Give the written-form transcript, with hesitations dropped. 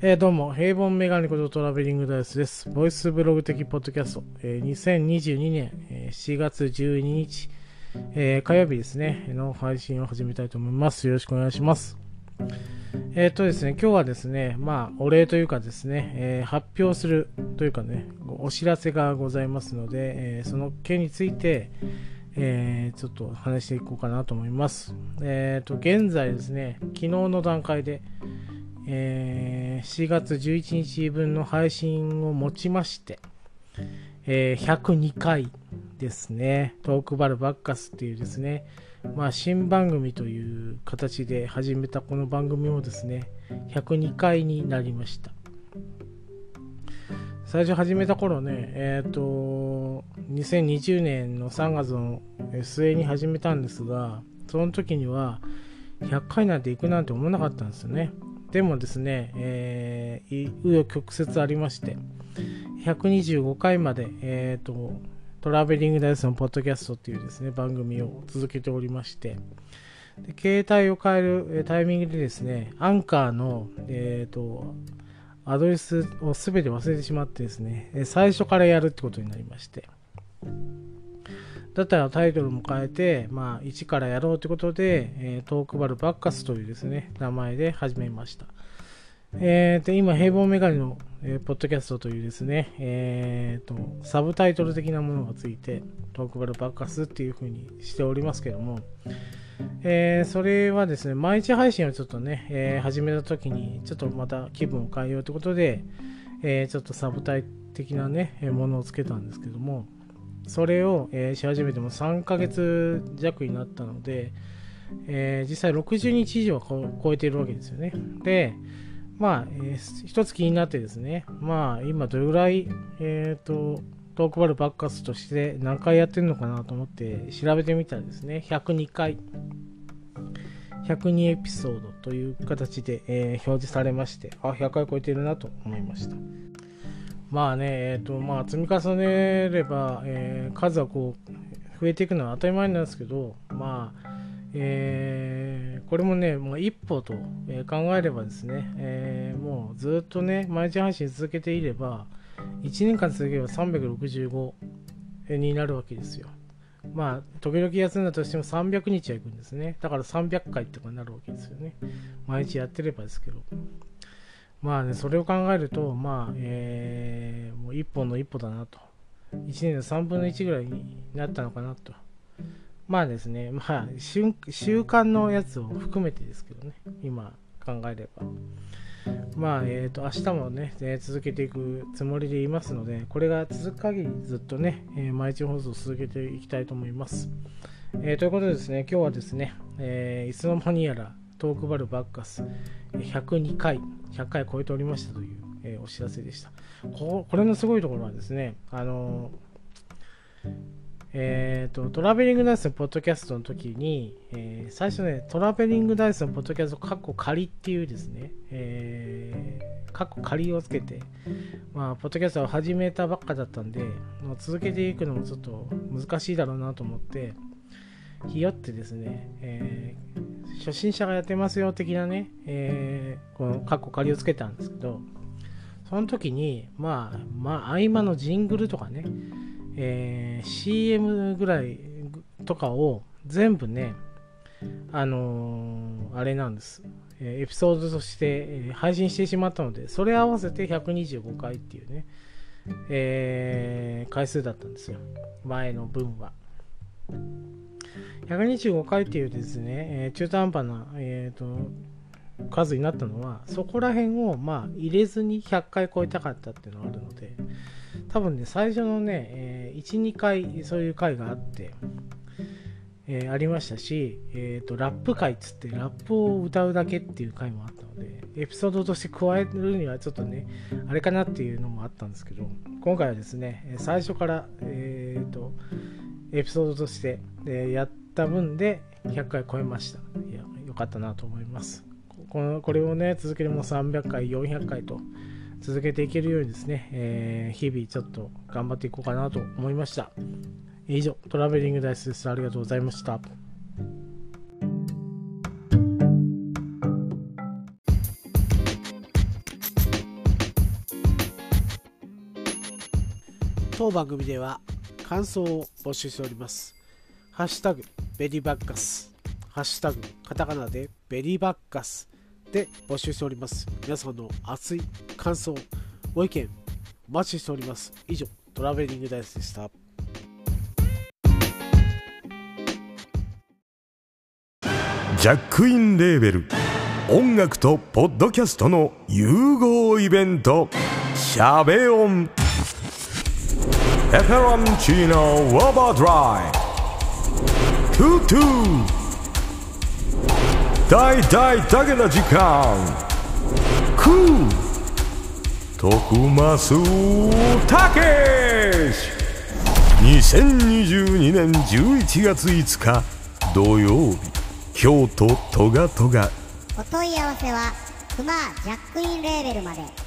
どうも、平凡メガネことトラベリングダイスです。ボイスブログ的ポッドキャスト、2022年、7月12日、火曜日ですね、の配信を始めたいと思います。よろしくお願いします。ですね、今日はですね、お礼というかですね、発表するというかね、お知らせがございますので、その件について、ちょっと話していこうかなと思います。現在ですね、昨日の段階で、4月11日分の配信をもちまして、102回ですね、トークバルバッカスっていうですね、新番組という形で始めたこの番組もですね、102回になりました。最初始めた頃ね、2020年の3月の末に始めたんですが、その時には100回なんて行くなんて思わなかったんですよね。でもですね、紆余曲折ありまして、125回まで、トラベリングダイスのポッドキャストっていうですね、番組を続けておりまして、で携帯を変えるタイミングでですね、アンカーの、アドレスを全て忘れてしまってですね、最初からやるってことになりまして、だったらタイトルも変えて、一からやろうということで、トークバルバッカスというですね、名前で始めました。今、平凡メガネの、ポッドキャストというですね、サブタイトル的なものがついて、トークバルバッカスっていう風にしておりますけども、それはですね、毎日配信をちょっとね、始めた時に、ちょっとまた気分を変えようということで、ちょっとサブタイ的なね、ものをつけたんですけども、それを、し始めても3ヶ月弱になったので、実際60日以上は超えているわけですよね。で、一つ気になってですね、今どれぐらい、トークバルバッカスとして何回やってるのかなと思って調べてみたらですね、102回、102エピソードという形で、表示されまして、100回超えてるなと思いました。積み重ねれば、数はこう増えていくのは当たり前なんですけど、これもね、一歩と、考えればですね、もうずっとね、毎日配信続けていれば、1年間続ければ365になるわけですよ。時々休んだとしても300日は行くんですね。だから300回とかになるわけですよね。毎日やってればですけど。それを考えると、もう一本の一歩だなと。1年の3分の1ぐらいになったのかなと。ですね、習慣のやつを含めてですけどね、今考えれば。明日もね、続けていくつもりでいますので、これが続く限りずっとね、毎日放送を続けていきたいと思います。ということでですね、今日はですね、いつの間にやらトークバルバッカス102回、100回超えておりましたという、お知らせでした。これのすごいところはですね、トラベリングダイスのポッドキャストの時に、最初ね、トラベリングダイスのポッドキャストカッコ仮っていうですね、カッコ仮をつけて、ポッドキャストを始めたばっかだったんで、もう続けていくのもちょっと難しいだろうなと思って、ひよってですね、初心者がやってますよ的なね、このカッコ仮をつけたんですけど、その時に、合間のジングルとかね、CM ぐらいとかを全部ね、あれなんです、エピソードとして、配信してしまったので、それ合わせて125回っていうね、回数だったんですよ、前の分は。125回っていうですね、中途半端な、数になったのは、そこら辺を入れずに100回超えたかったっていうのがあるので、多分ね、最初のね、1、2回そういう回があって、ありましたし、ラップ回っつってラップを歌うだけっていう回もあったので、エピソードとして加えるにはちょっとね、あれかなっていうのもあったんですけど、今回はですね、最初から、エピソードとして、やった分で100回超えました。いや、よかったなと思います。これをね、続けても300回、400回と続けていけるようにですね、日々ちょっと頑張っていこうかなと思いました。以上、トラベリングダイスです。ありがとうございました。 当番組では感想を募集しております。ハッシュタグベリーバッカス、ハッシュタグカタカナでベリーバッカスで募集しております。皆さんの熱い感想、ご意見お待ちしております。以上、トラベリングダイスでした。 ジャックインレーベル音楽とポッドキャストの融合イベント、シャベオンペペロンチーノウォーバードライトゥトゥ大大だけな時間クー徳増たけし2022年11月5日土曜日、京都トガトガ。 お問い合わせはクマジャックインレーベルまで。